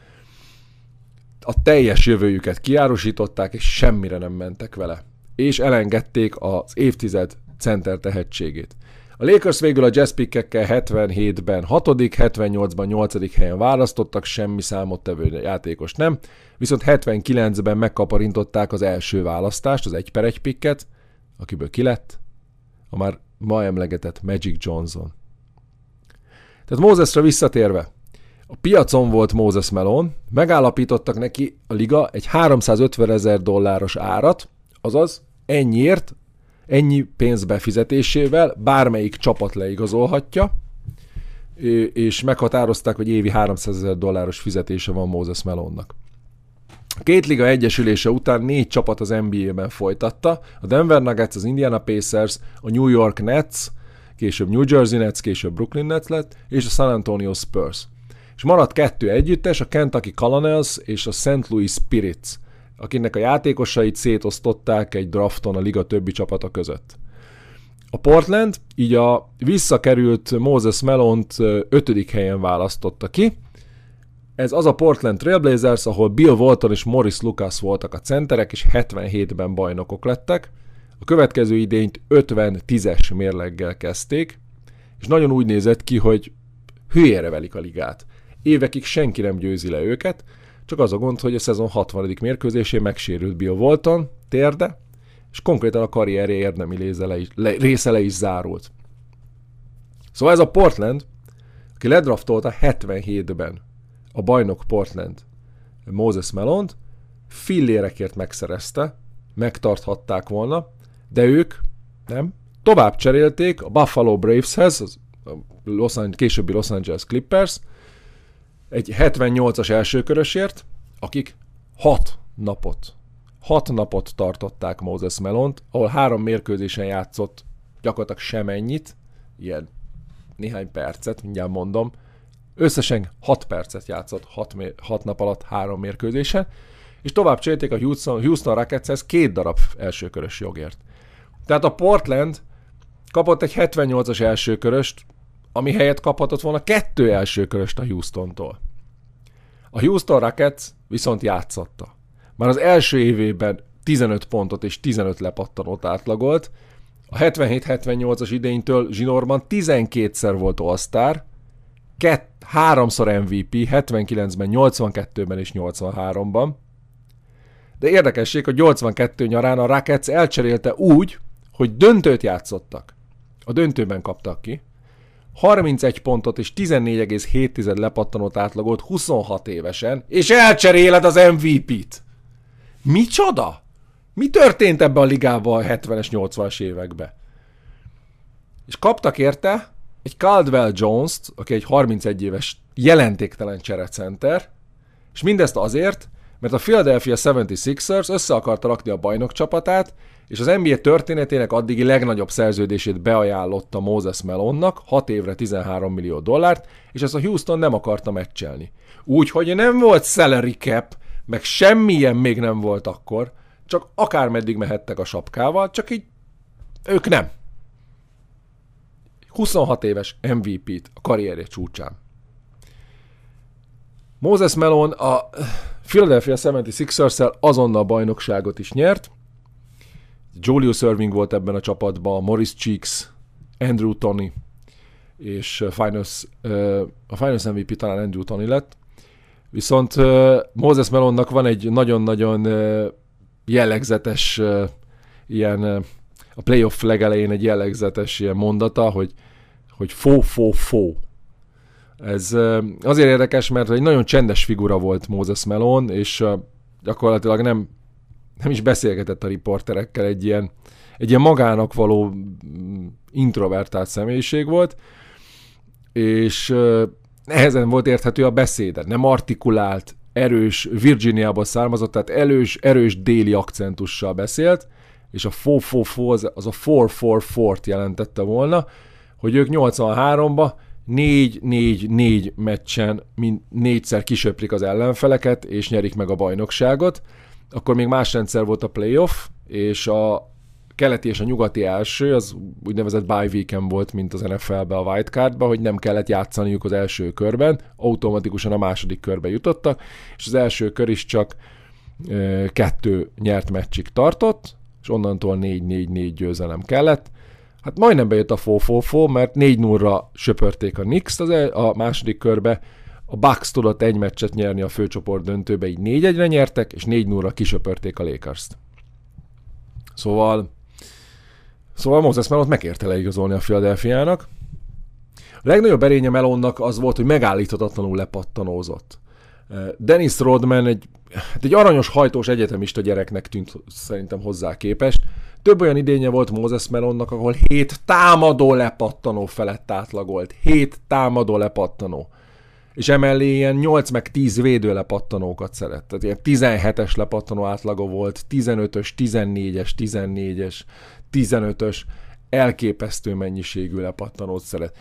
A teljes jövőjüket kiárusították, és semmire nem mentek vele. És elengedték az évtized center tehetségét. A Lakers végül a Jazz pickekkel hetvenhétben hatodik, hetvennyolcban nyolcadik helyen választottak, semmi számottevő játékos nem, viszont hetvenkilencben megkaparintották az első választást, az egy per egy picket, akiből ki lett a már ma emlegetett Magic Johnson. Tehát Mosesra visszatérve, a piacon volt Moses Malone, megállapítottak neki a liga egy háromszázötvenezer dolláros árat, azaz ennyiért, ennyi pénz befizetésével bármelyik csapat leigazolhatja, és meghatározták, hogy évi háromszázezer dolláros fizetése van Moses Malone-nak. A két liga egyesülése után négy csapat az en bé á-ben folytatta, a Denver Nuggets, az Indiana Pacers, a New York Nets, később New Jersey Nets, később Brooklyn Nets lett, és a San Antonio Spurs. És maradt kettő együttes, a Kentucky Colonels és a Saint Louis Spirits, akinek a játékosait szétosztották egy drafton a liga többi csapata között. A Portland így a visszakerült Moses Malone-t ötödik helyen választotta ki. Ez az a Portland Trailblazers, ahol Bill Walton és Morris Lucas voltak a centerek, és hetvenhétben bajnokok lettek. A következő idényt ötven tízes mérleggel kezdték, és nagyon úgy nézett ki, hogy hülyére velik a ligát. Évekig senki nem győzi le őket, csak az a gond, hogy a szezon hatvanadik mérkőzésén megsérült Bill Walton térde, és konkrétan a karrierje érdemi része le is zárult. Szóval ez a Portland, aki ledraftolta hetvenhétben a bajnok Portland Moses Malone-t, fillérekért megszerezte, megtarthatták volna, de ők nem, tovább cserélték a Buffalo Braveshez, a Los Angeles, későbbi Los Angeles Clippers, egy hetvennyolcas elsőkörösért, akik hat napot, hat napot tartották Moses Malone-t, ahol három mérkőzésen játszott gyakorlatilag semennyit, ilyen néhány percet, mindjárt mondom, összesen hat percet játszott hat, hat nap alatt három mérkőzésen, és tovább cserélték a Houston, Houston Rocketshez két darab elsőkörös jogért. Tehát a Portland kapott egy hetvennyolcas elsőköröst, ami helyett kaphatott volna kettő elsőköröst a Houstontól. A Houston Rockets viszont játszotta. Már az első évében tizenöt pontot és tizenöt lepattanót átlagolt, a hetvenhét hetvennyolcas idénytől zsinórban tizenkétszer volt All-Star, kett, háromszor em vé pé, hetvenkilencben, nyolcvankettőben és nyolcvanháromban. De érdekesség, hogy nyolcvankettő nyarán a Rockets elcserélte úgy, hogy döntőt játszottak. A döntőben kaptak ki. harmincegy pontot és tizennégy egész hét lepattanót átlagolt huszonhat évesen, és elcseréled az em vé pét. Micsoda? Mi történt ebbe a ligába a hetvenes, nyolcvanas években? És kaptak érte egy Caldwell Jones-t, aki egy harmincegy éves jelentéktelen cserecenter, és mindezt azért, mert a Philadelphia hetvenhatos össze akarta rakni a bajnok csapatát, és az en bé á történetének addigi legnagyobb szerződését beajánlotta Moses Malonenak, hat évre tizenhárom millió dollárt, és ezt a Houston nem akarta meccselni. Úgyhogy nem volt salary cap, meg semmilyen még nem volt akkor, csak akármeddig mehettek a sapkával, csak így ők nem. huszonhat éves em vé pét a karrierje csúcsán. Moses Malone a Philadelphia hetvenhatosal azonnal bajnokságot is nyert. Julius Erving volt ebben a csapatban, Morris Cheeks, Andrew Toney, és Finals, a Finals em vé pé talán Andrew Toney lett. Viszont Moses Malone-nak van egy nagyon-nagyon jellegzetes ilyen, a playoff legelején egy jellegzetes ilyen mondata, hogy, hogy fó, fó, fó. Ez azért érdekes, mert egy nagyon csendes figura volt Moses Malone, és gyakorlatilag nem, nem is beszélgetett a riporterekkel, egy ilyen, egy ilyen magának való introvertált személyiség volt, és nehezen volt érthető a beszéde, nem artikulált, erős, Virginiából származott, tehát erős, erős déli akcentussal beszélt, és a fó, fó, fó, az, az a four four four-t jelentette volna, hogy ők nyolcvanháromban négy négy négy meccsen mind négyszer kisöprik az ellenfeleket, és nyerik meg a bajnokságot. Akkor még más rendszer volt a playoff, és a keleti és a nyugati első, az úgynevezett bye weekend volt, mint az en ef el-be a wildcardba, hogy nem kellett játszaniuk az első körben, automatikusan a második körbe jutottak, és az első kör is csak e, kettő nyert meccsig tartott, és onnantól négy négy négy győzelem kellett. Hát majdnem bejött a fó-fó-fó, mert négy nullra söpörték a Knicks-t az el, a második körbe, a Bucks tudott egy meccset nyerni a főcsoport döntőbe, így négy egyre nyertek, és négy nullra kisöpörték a Lakers-t. Szóval, szóval Moses Malone megérte leigazolni a Philadelphiának. A legnagyobb erénye Malone-nak az volt, hogy megállíthatatlanul lepattanózott. Dennis Rodman egy, egy aranyos hajtós egyetemista gyereknek tűnt szerintem hozzá képest. Több olyan idénye volt Moses Malone-nak, ahol hét támadó lepattanó felett átlagolt. hét támadó lepattanó. És emellé ilyen nyolc meg tíz védő lepattanókat szeret. Tehát ilyen tizenhetes lepattanó átlaga volt, tizenötös, tizennégyes, tizennégyes, tizenötös, elképesztő mennyiségű lepattanót szeret.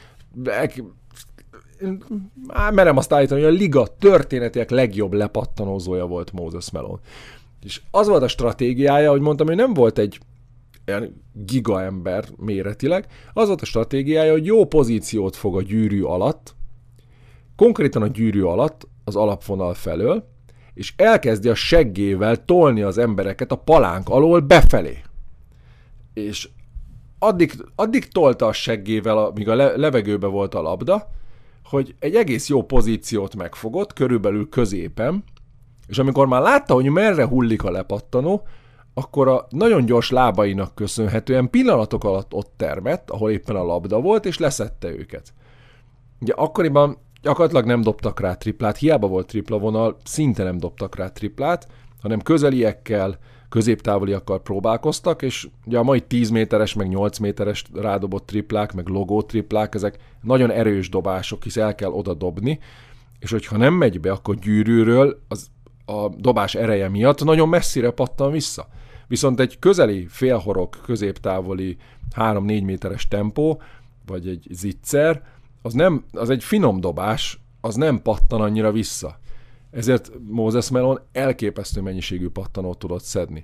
Már merem azt állítani, hogy a liga történetileg legjobb lepattanózója volt Moses Malone. És az volt a stratégiája, hogy mondtam, hogy nem volt egy ilyen gigaember méretileg, az volt a stratégiája, hogy jó pozíciót fog a gyűrű alatt, konkrétan a gyűrű alatt, az alapvonal felől, és elkezdi a seggével tolni az embereket a palánk alól befelé. És addig, addig tolta a seggével, amíg a levegőbe volt a labda, hogy egy egész jó pozíciót megfogott, körülbelül középen, és amikor már látta, hogy merre hullik a lepattanó, akkor a nagyon gyors lábainak köszönhetően pillanatok alatt ott termett, ahol éppen a labda volt, és leszedte őket. Ugye akkoriban gyakorlatilag nem dobtak rá triplát, hiába volt tripla vonal, szinte nem dobtak rá triplát, hanem közeliekkel, középtávoliakkal próbálkoztak, és ugye a mai tíz méteres, meg nyolc méteres rádobott triplák, meg logó triplák, ezek nagyon erős dobások, hisz el kell oda dobni, és hogyha nem megy be, akkor gyűrűről az a dobás ereje miatt nagyon messzire pattan vissza. Viszont egy közeli félhorog, középtávoli három-négy méteres tempó, vagy egy zicser, az, nem, az egy finom dobás, az nem pattan annyira vissza. Ezért Moses Malone elképesztő mennyiségű pattanót tudott szedni.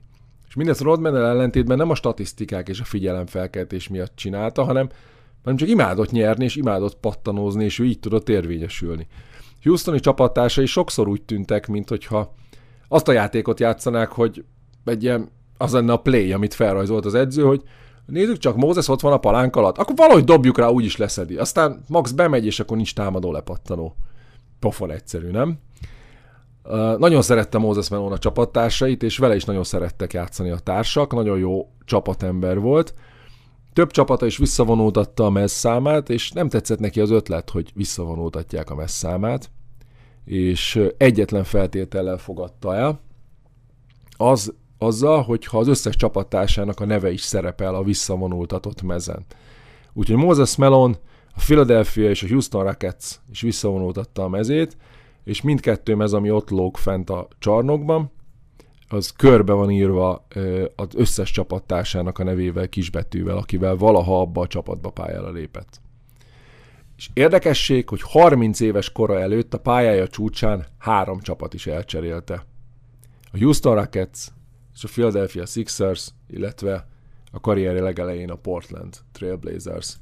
És mindezt Rodman-nel ellentétben nem a statisztikák és a figyelemfelkeltés miatt csinálta, hanem, hanem csak imádott nyerni, és imádott pattanózni, és ő így tudott érvényesülni. Houstoni csapattársai sokszor úgy tűntek, minthogyha azt a játékot játszanák, hogy egy ilyen, az lenne a play, amit felrajzolt az edző, hogy nézzük csak, Moses ott van a palánk alatt, akkor valahogy dobjuk rá, úgyis leszedi. Aztán Max bemegy, és akkor nincs támadó lepattanó. Pofon egyszerű, nem? Uh, nagyon szerette Moses Malone a csapattársait, és vele is nagyon szerettek játszani a társak, nagyon jó csapatember volt. Több csapata is visszavonultatta a mezz számát, és nem tetszett neki az ötlet, hogy visszavonultatják a mezz számát, és egyetlen feltétellel fogadta el, az, azzal, hogyha az összes csapattársának a neve is szerepel a visszavonultatott mezen. Úgyhogy Moses Malone, a Philadelphia és a Houston Rockets is visszavonultatta a mezét, és mindkettő mez, ami ott lóg fent a csarnokban, az körbe van írva az összes csapattársának a nevével, kisbetűvel, akivel valaha abba a csapatba pályára lépett. És érdekesség, hogy harminc éves kora előtt a pályája csúcsán három csapat is elcserélte. A Houston Rockets és a Philadelphia Sixers, illetve a karrierje legelején a Portland Trail Blazers.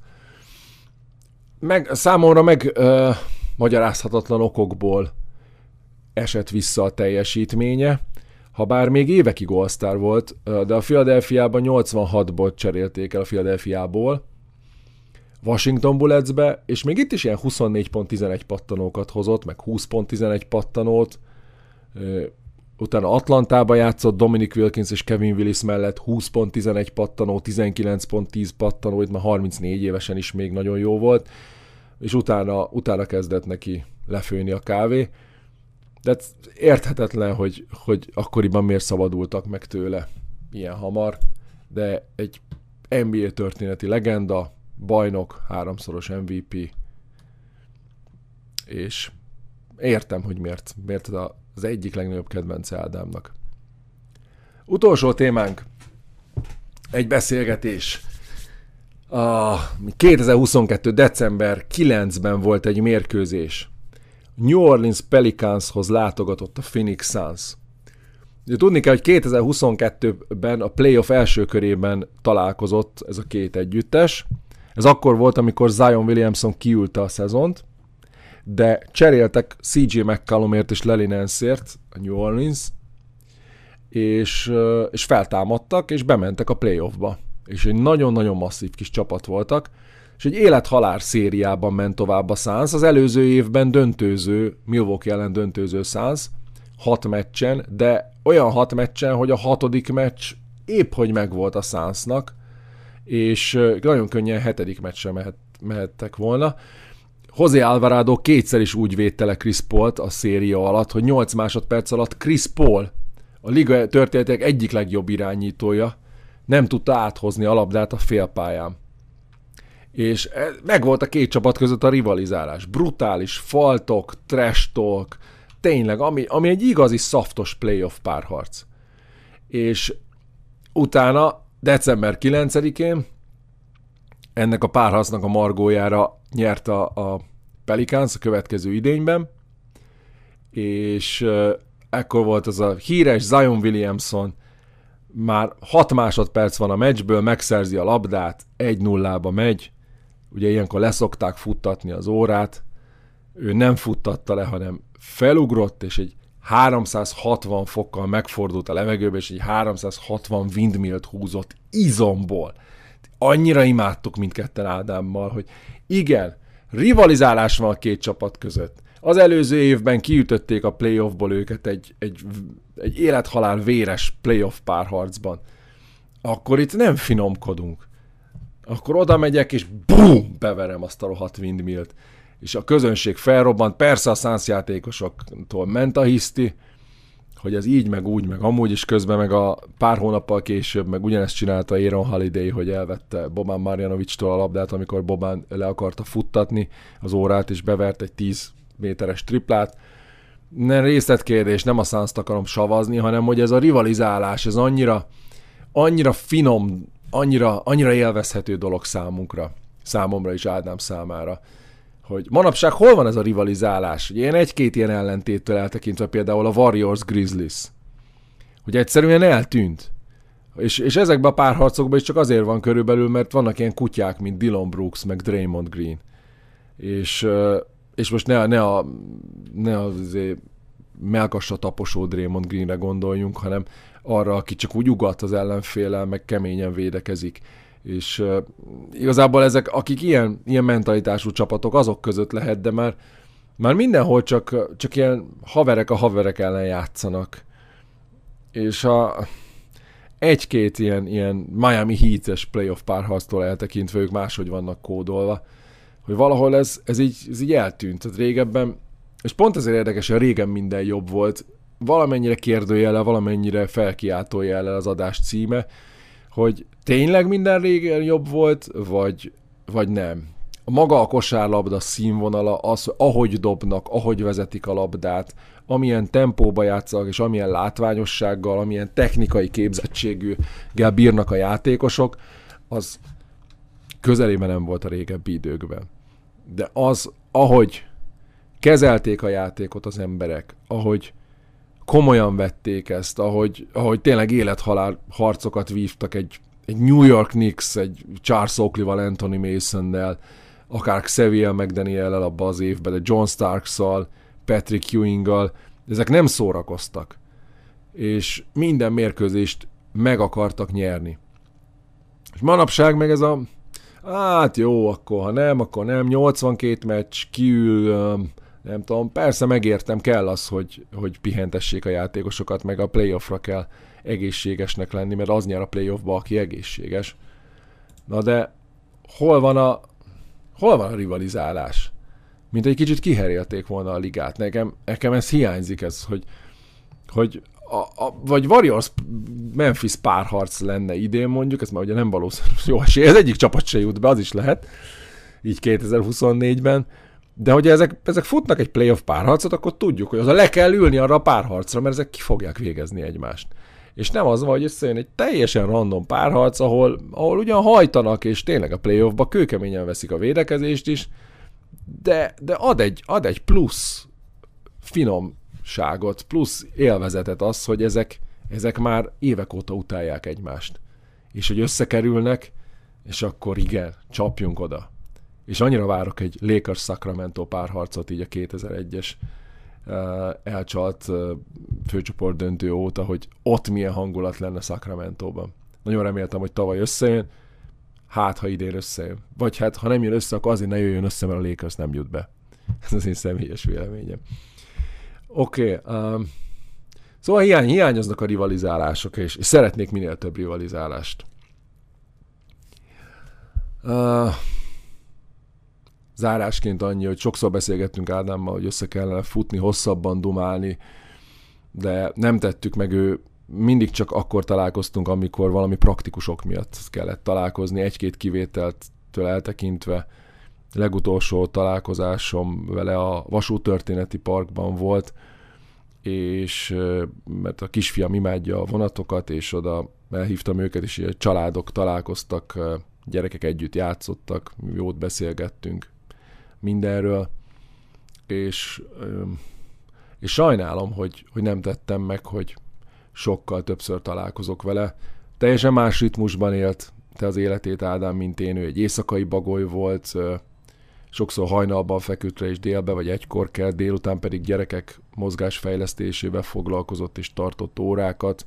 Meg, számomra meg ö, magyarázhatatlan okokból esett vissza a teljesítménye, ha bár még évekig All-Star volt, de a Philadelphiában nyolcvanhatból cserélték el a Philadelphiából Washington Bulletsbe, és még itt is ilyen huszonnégy pont tizenegy pattanókat hozott, meg húsz pont tizenegy pattanót. Utána Atlantában játszott Dominic Wilkins és Kevin Willis mellett húsz pont tizenegy pattanó, tizenkilenc pont tíz pattanó, itt már harmincnégy évesen is még nagyon jó volt, és utána, utána kezdett neki lefőni a kávé. De érthetetlen, hogy, hogy akkoriban miért szabadultak meg tőle ilyen hamar, de egy en bé á történeti legenda, bajnok, háromszoros em vé pé, és értem, hogy miért, miért az egyik legnagyobb kedvence Ádámnak. Utolsó témánk, egy beszélgetés. A kétezer-huszonkettő. december kilencedikében volt egy mérkőzés. New Orleans Pelicanshoz látogatott a Phoenix Suns. De tudni kell, hogy kétezer-huszonkettőben a playoff első körében találkozott ez a két együttes. Ez akkor volt, amikor Zion Williamson kiülte a szezont, de cseréltek cé jé McCollumért és Larry Nanceért a New Orleans, és, és feltámadtak, és bementek a playoffba. És egy nagyon-nagyon masszív kis csapat voltak, és egy élet-halál szériában ment tovább a Suns. Az előző évben döntőző, Milwaukee ellen döntőző Suns, hat meccsen, de olyan hat meccsen, hogy a hatodik meccs épp hogy megvolt a Sunsnak, és nagyon könnyen hetedik meccsre mehet, mehettek volna. José Alvarado kétszer is úgy védte le Chris Paul-t a széria alatt, hogy nyolc másodperc alatt Chris Paul, a liga történetek egyik legjobb irányítója, nem tudta áthozni a labdát a félpályán. És megvolt a két csapat között a rivalizálás. Brutális faltok, trash talk, tényleg, ami, ami egy igazi szaftos playoff párharc. És utána december kilencedikén ennek a párharcnak a margójára nyert a, a Pelicans a következő idényben, és uh, ekkor volt az a híres Zion Williamson, már hat másodperc van a meccsből, megszerzi a labdát, egy nullába megy, ugye ilyenkor leszokták futtatni az órát, ő nem futtatta le, hanem felugrott, és egy háromszázhatvan fokkal megfordult a levegőbe, és egy háromszázhatvan windmillt húzott izomból. Annyira imádtuk mindketten Ádámmal, hogy igen, rivalizálás van a két csapat között. Az előző évben kiütötték a playoffból őket egy, egy, egy élethalál véres playoff párharcban. Akkor itt nem finomkodunk. Akkor oda megyek, és bum, beverem azt a rohadt windmillt. És a közönség felrobbant, persze a Suns játékosoktól ment a hiszti, hogy ez így, meg úgy, meg amúgy is, közben meg a pár hónappal később, meg ugyanezt csinálta Aaron Holiday, hogy elvette Boban Marjanovic-tól a labdát, amikor Boban le akarta futtatni az órát, és bevert egy tíz méteres triplát. Nem részletkérdés, nem a Suns-t akarom savazni, hanem hogy ez a rivalizálás, ez annyira, annyira finom, annyira, annyira élvezhető dolog számunkra, számomra is, Ádám számára, hogy manapság hol van ez a rivalizálás? Ugye én egy-két ilyen ellentéttől eltekintve, például a Warriors Grizzlies, hogy egyszerűen eltűnt. És, és ezekben a párharcokban is csak azért van körülbelül, mert vannak ilyen kutyák, mint Dillon Brooks, meg Draymond Green. És, és most ne, ne a ne azért melkasra taposó Draymond Greenre gondoljunk, hanem arra, aki csak úgy ugat az ellenféllel, meg keményen védekezik. És uh, igazából ezek, akik ilyen, ilyen mentalitású csapatok, azok között lehet, de már, már mindenhol csak, csak ilyen haverek a haverek ellen játszanak. És a, egy-két ilyen, ilyen Miami Heat-es playoff párharctól eltekintve ők máshogy vannak kódolva, hogy valahol ez, ez, így, ez így eltűnt. Tehát régebben, és pont ezért érdekes, hogy régen minden jobb volt, valamennyire kérdőjele, valamennyire felkiáltó jellel az adás címe, hogy tényleg minden régen jobb volt, vagy, vagy nem. A maga a kosárlabda színvonala, az, ahogy dobnak, ahogy vezetik a labdát, amilyen tempóba játszanak, és amilyen látványossággal, amilyen technikai képzettséggel bírnak a játékosok, az közelében nem volt a régebbi időkben. De az, ahogy kezelték a játékot az emberek, ahogy komolyan vették ezt, ahogy, ahogy tényleg élethalál harcokat vívtak egy, egy New York Knicks, egy Charles Oakley-val, Anthony Mason-nel, akár Xavier McDaniel-el abban az évben, de John Starks-szal, Patrick Ewing-gal, ezek nem szórakoztak. És minden mérkőzést meg akartak nyerni. És manapság meg ez a hát jó, akkor ha nem, akkor nem, nyolcvankét meccs, kiül, nem tudom, persze megértem, kell az, hogy, hogy pihentessék a játékosokat, meg a playoffra kell egészségesnek lenni, mert az nyer a playoffba, aki egészséges. Na de hol van a, hol van a rivalizálás? Mint egy kicsit kiherélték volna a ligát. Nekem, nekem ez hiányzik, ez, hogy, hogy a, a, vagy Warriors-Memphis párharc lenne idén mondjuk, ez már ugye nem valószínű, jó esély, ez egyik csapat se jut be, az is lehet, így kétezer-huszonnégyben, de hogyha ezek, ezek futnak egy playoff párharcot, akkor tudjuk, hogy az a le kell ülni arra a párharcra, mert ezek ki fogják végezni egymást. És nem az van, hogy összejön egy teljesen random párharc, ahol, ahol ugyan hajtanak, és tényleg a playoffba kőkeményen veszik a védekezést is, de, de ad, egy, ad egy plusz finomságot, plusz élvezetet az, hogy ezek, ezek már évek óta utálják egymást. És hogy összekerülnek, és akkor igen, csapjunk oda. És annyira várok egy Lakers-Sacramento párharcot így a kétezer-egyes uh, elcsalt uh, főcsoport döntő óta, hogy ott milyen hangulat lenne Sacramentóban. Nagyon reméltem, hogy tavaly összejön, hát ha idén összejön. Vagy hát ha nem jön össze, akkor azért ne jöjjön össze, mert a Lakers nem jut be. Ez az én személyes véleményem. Oké, okay, um, szóval hiány, hiányoznak a rivalizálások, és, és szeretnék minél több rivalizálást. Uh, Zárásként annyi, hogy sokszor beszélgettünk Ádámmal, hogy össze kellene futni, hosszabban dumálni, de nem tettük meg, ő mindig csak akkor találkoztunk, amikor valami praktikusok miatt kellett találkozni, egy-két kivételtől eltekintve. Legutolsó találkozásom vele a Vasúttörténeti Parkban volt, és mert a kisfiam imádja a vonatokat, és oda elhívtam őket, és ilyen családok találkoztak, gyerekek együtt játszottak, jót beszélgettünk mindenről, és, és sajnálom, hogy, hogy nem tettem meg, hogy sokkal többször találkozok vele. Teljesen más ritmusban élt te az életét, Ádám, mint én. Ő egy éjszakai bagoly volt, sokszor hajnalban feküdt le és délbe, vagy egykor kell, délután pedig gyerekek mozgásfejlesztésével foglalkozott és tartott órákat.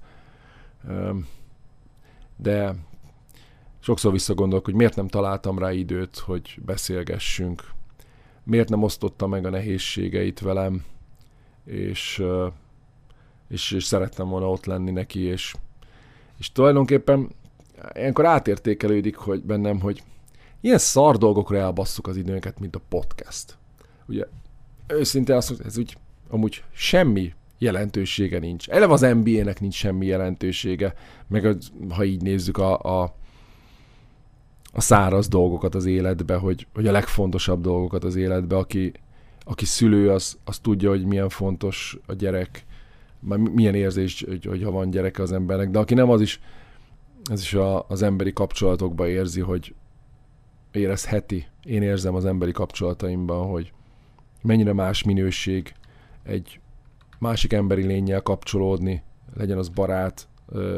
De sokszor visszagondolok, hogy miért nem találtam rá időt, hogy beszélgessünk. Miért nem osztotta meg a nehézségeit velem, és, és, és szerettem volna ott lenni neki, és, és tulajdonképpen ilyenkor átértékelődik hogy bennem, hogy ilyen szar dolgokra elbasszuk az időnket, mint a podcast. Ugye őszintén azt mondja, ez úgy amúgy semmi jelentősége nincs. Eleve az en bé á-nek nincs semmi jelentősége, meg ha így nézzük a, a, a száraz dolgokat az életbe, hogy, hogy a legfontosabb dolgokat az életbe, aki, aki szülő, az, az tudja, hogy milyen fontos a gyerek, milyen érzés, hogy, hogy ha van gyereke az embernek, de aki nem, az is, az is a, az emberi kapcsolatokban érzi, hogy érezheti. Én érzem az emberi kapcsolataimban, hogy mennyire más minőség egy másik emberi lénnyel kapcsolódni, legyen az barát,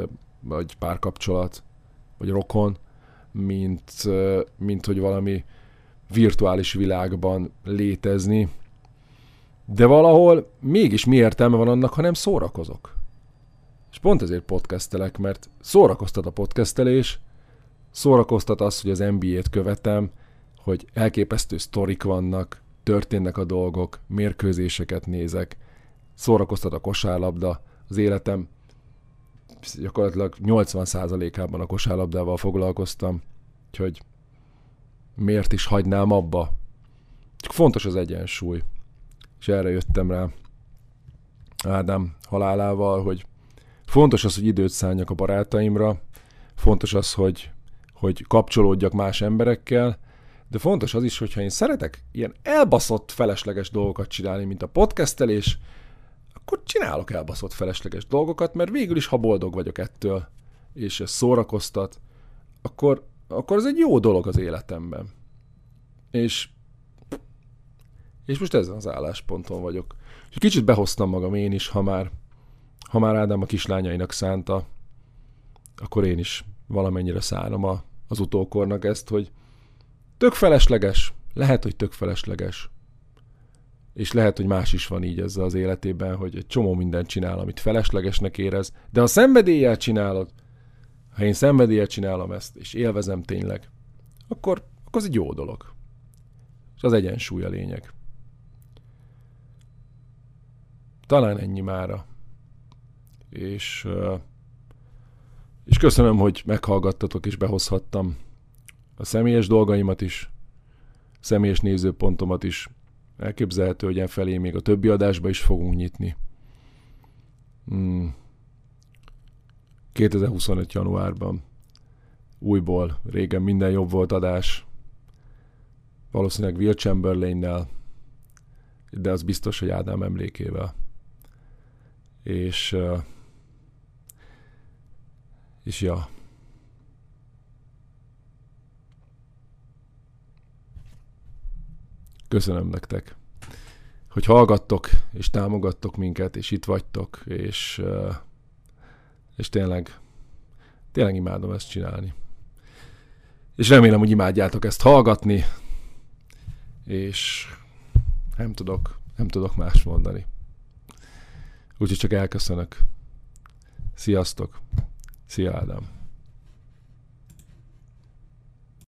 vagy párkapcsolat, vagy rokon, mint, mint hogy valami virtuális világban létezni. De valahol mégis mi értelme van annak, ha nem szórakozok. És pont ezért podcastelek, mert szórakoztat a podcastelés, szórakoztat az, hogy az en bé á-t követem, hogy elképesztő sztorik vannak, történnek a dolgok, mérkőzéseket nézek, szórakoztat a kosárlabda, az életem gyakorlatilag nyolcvan százalékában a kosárlabdával foglalkoztam, úgyhogy miért is hagynám abba? Csak fontos az egyensúly. És erre jöttem rá Ádám halálával, hogy fontos az, hogy időt szálljak a barátaimra, fontos az, hogy, hogy kapcsolódjak más emberekkel, de fontos az is, hogyha én szeretek ilyen elbaszott felesleges dolgokat csinálni, mint a podcastelés, akkor csinálok elbaszott felesleges dolgokat, mert végül is, ha boldog vagyok ettől, és ez szórakoztat, akkor, akkor ez egy jó dolog az életemben. És, és most ezen az állásponton vagyok. És kicsit behoztam magam én is, ha már, ha már Ádám a kislányainak szánta, akkor én is valamennyire szánom a, az utókornak ezt, hogy tök felesleges, lehet, hogy tök felesleges. És lehet, hogy más is van így ezzel az életében, hogy egy csomó mindent csinál, amit feleslegesnek érez, de ha szenvedéllyel csinálod, ha én szenvedéllyel csinálom ezt, és élvezem tényleg, akkor, akkor az egy jó dolog. És az egyensúly a lényeg. Talán ennyi mára. És, és köszönöm, hogy meghallgattatok, és behozhattam a személyes dolgaimat is, személyes nézőpontomat is. Elképzelhető, hogy felé még a többi adásba is fogunk nyitni. Hmm. kétezer-huszonöt januárban újból, régen minden jobb volt adás. Valószínűleg Will Chamberlainnel, de az biztos, hogy Ádám emlékével. És és ja. Köszönöm nektek, hogy hallgattok, és támogattok minket, és itt vagytok, és, és tényleg, tényleg imádom ezt csinálni. És remélem, hogy imádjátok ezt hallgatni, és nem tudok, nem tudok más mondani. Úgyhogy csak elköszönök. Sziasztok! Szia Ádám!